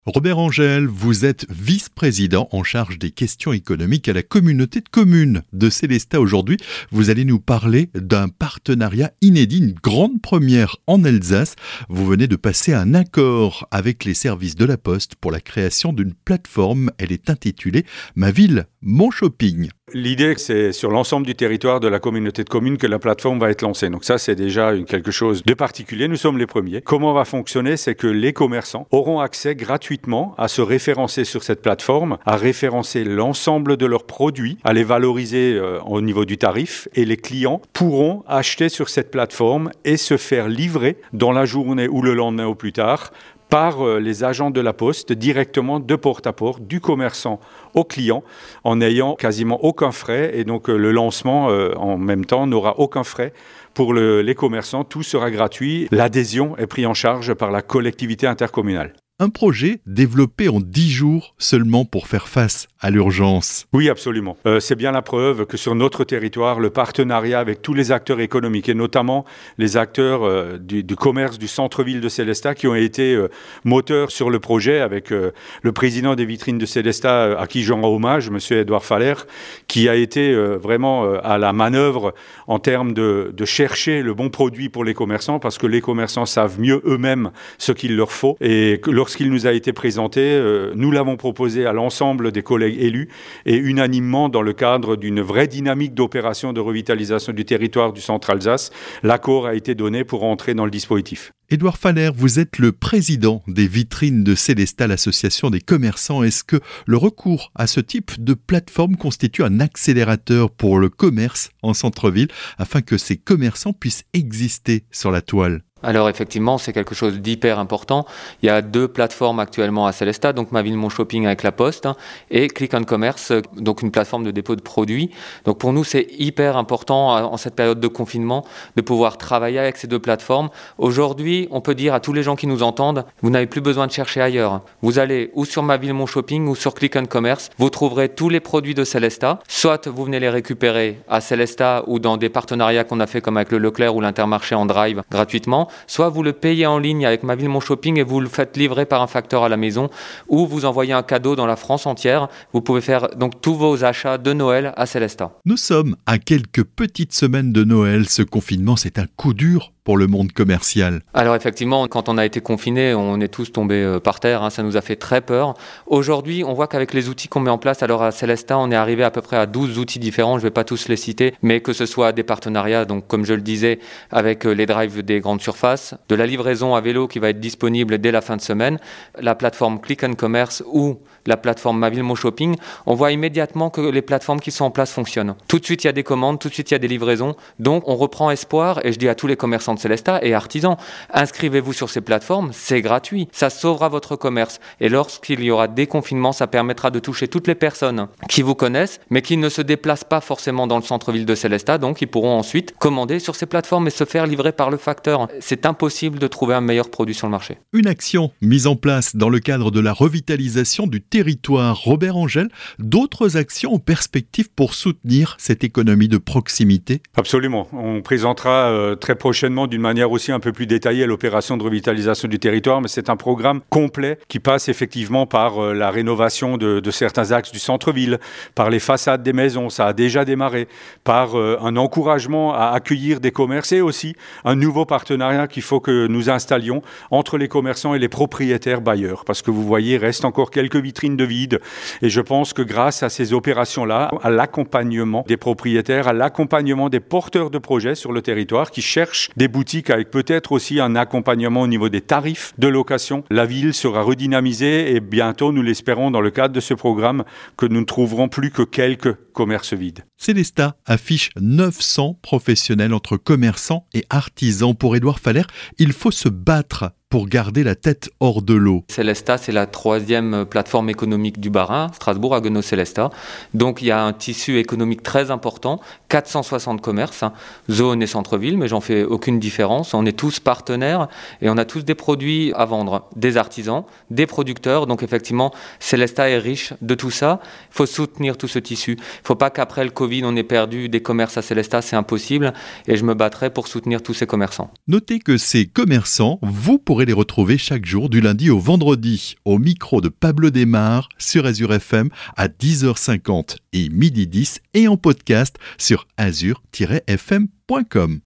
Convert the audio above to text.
Robert Angel, vous êtes vice-président en charge des questions économiques à la communauté de communes de Sélestat aujourd'hui. Vous allez nous parler d'un partenariat inédit, une grande première en Alsace. Vous venez de passer un accord avec les services de la Poste pour la création d'une plateforme. Elle est intitulée « Ma ville, mon shopping ». L'idée, c'est sur l'ensemble du territoire de la communauté de communes que la plateforme va être lancée. Donc ça, c'est déjà quelque chose de particulier. Nous sommes les premiers. Comment va fonctionner? C'est que les commerçants auront accès gratuitement à se référencer sur cette plateforme, à référencer l'ensemble de leurs produits, à les valoriser au niveau du tarif. Et les clients pourront acheter sur cette plateforme et se faire livrer dans la journée ou le lendemain au plus tard par les agents de la Poste, directement de porte à porte, du commerçant au client, en n'ayant quasiment aucun frais. Et donc le lancement, en même temps, n'aura aucun frais pour les commerçants. Tout sera gratuit. L'adhésion est prise en charge par la collectivité intercommunale. Un projet développé en 10 jours seulement pour faire face à l'urgence. Oui, absolument. C'est bien la preuve que sur notre territoire, le partenariat avec tous les acteurs économiques et notamment les acteurs du commerce du centre-ville de Sélestat qui ont été moteurs sur le projet avec le président des vitrines de Sélestat à qui je rends hommage, M. Edouard Faller, qui a été vraiment à la manœuvre en termes de chercher le bon produit pour les commerçants parce que les commerçants savent mieux eux-mêmes ce qu'il leur faut. Et lorsqu'il nous a été présenté, nous l'avons proposé à l'ensemble des collègues élus et unanimement dans le cadre d'une vraie dynamique d'opération de revitalisation du territoire du centre Alsace, l'accord a été donné pour entrer dans le dispositif. Édouard Faller, vous êtes le président des vitrines de Sélestat, l'association des commerçants. Est-ce que le recours à ce type de plateforme constitue un accélérateur pour le commerce en centre-ville afin que ces commerçants puissent exister sur la toile ? Alors effectivement, c'est quelque chose d'hyper important. Il y a 2 plateformes actuellement à Sélestat, donc Ma Ville, Mon Shopping avec la Poste et Click and Commerce, donc une plateforme de dépôt de produits. Donc pour nous, c'est hyper important en cette période de confinement de pouvoir travailler avec ces 2 plateformes. Aujourd'hui, on peut dire à tous les gens qui nous entendent, vous n'avez plus besoin de chercher ailleurs. Vous allez ou sur Ma Ville, Mon Shopping ou sur Click and Commerce, vous trouverez tous les produits de Sélestat. Soit vous venez les récupérer à Sélestat ou dans des partenariats qu'on a fait comme avec le Leclerc ou l'Intermarché en drive gratuitement. Soit vous le payez en ligne avec Ma Ville, Mon Shopping et vous le faites livrer par un facteur à la maison ou vous envoyez un cadeau dans la France entière. Vous pouvez faire donc tous vos achats de Noël à Sélestat. Nous sommes à quelques petites semaines de Noël. Ce confinement, c'est un coup dur pour le monde commercial. Alors effectivement, quand on a été confinés, on est tous tombés par terre, ça nous a fait très peur. Aujourd'hui, on voit qu'avec les outils qu'on met en place, alors à Sélestat, on est arrivé à peu près à 12 outils différents, je ne vais pas tous les citer, mais que ce soit des partenariats, donc comme je le disais, avec les drives des grandes surfaces, de la livraison à vélo qui va être disponible dès la fin de semaine, la plateforme Click and Commerce ou la plateforme Ma Ville, Mon Shopping, on voit immédiatement que les plateformes qui sont en place fonctionnent. Tout de suite, il y a des commandes, tout de suite, il y a des livraisons, donc on reprend espoir et je dis à tous les commerçants de Sélestat et artisans, inscrivez-vous sur ces plateformes, c'est gratuit, ça sauvera votre commerce et lorsqu'il y aura déconfinement, ça permettra de toucher toutes les personnes qui vous connaissent mais qui ne se déplacent pas forcément dans le centre-ville de Sélestat, donc ils pourront ensuite commander sur ces plateformes et se faire livrer par le facteur. C'est impossible de trouver un meilleur produit sur le marché. Une action mise en place dans le cadre de la revitalisation du territoire. Robert Angel, d'autres actions en perspective pour soutenir cette économie de proximité? Absolument, on présentera très prochainement d'une manière aussi un peu plus détaillée l'opération de revitalisation du territoire, mais c'est un programme complet qui passe effectivement par la rénovation de certains axes du centre-ville, par les façades des maisons, ça a déjà démarré, par un encouragement à accueillir des commerces et aussi un nouveau partenariat qu'il faut que nous installions entre les commerçants et les propriétaires bailleurs, parce que vous voyez, il reste encore quelques vitrines de vide et je pense que grâce à ces opérations-là, à l'accompagnement des propriétaires, à l'accompagnement des porteurs de projets sur le territoire qui cherchent des boutiques avec peut-être aussi un accompagnement au niveau des tarifs de location. La ville sera redynamisée et bientôt, nous l'espérons, dans le cadre de ce programme, que nous ne trouverons plus que quelques commerces vides. Sélestat affiche 900 professionnels entre commerçants et artisans. Pour Édouard Faller, il faut se battre pour garder la tête hors de l'eau. Sélestat, c'est la 3e plateforme économique du Bas-Rhin, Strasbourg, Haguenau, Sélestat. Donc il y a un tissu économique très important, 460 commerces, zone et centre-ville, mais j'en fais aucune différence. On est tous partenaires et on a tous des produits à vendre, des artisans, des producteurs. Donc effectivement, Sélestat est riche de tout ça. Il faut soutenir tout ce tissu. Il ne faut pas qu'après le Covid, on ait perdu des commerces à Sélestat, c'est impossible. Et je me battrai pour soutenir tous ces commerçants. Notez que ces commerçants, vous pourrez pourrez les retrouver chaque jour du lundi au vendredi au micro de Pablo Desmar sur Azure FM à 10h50 et 12h10 et en podcast sur azure-fm.com.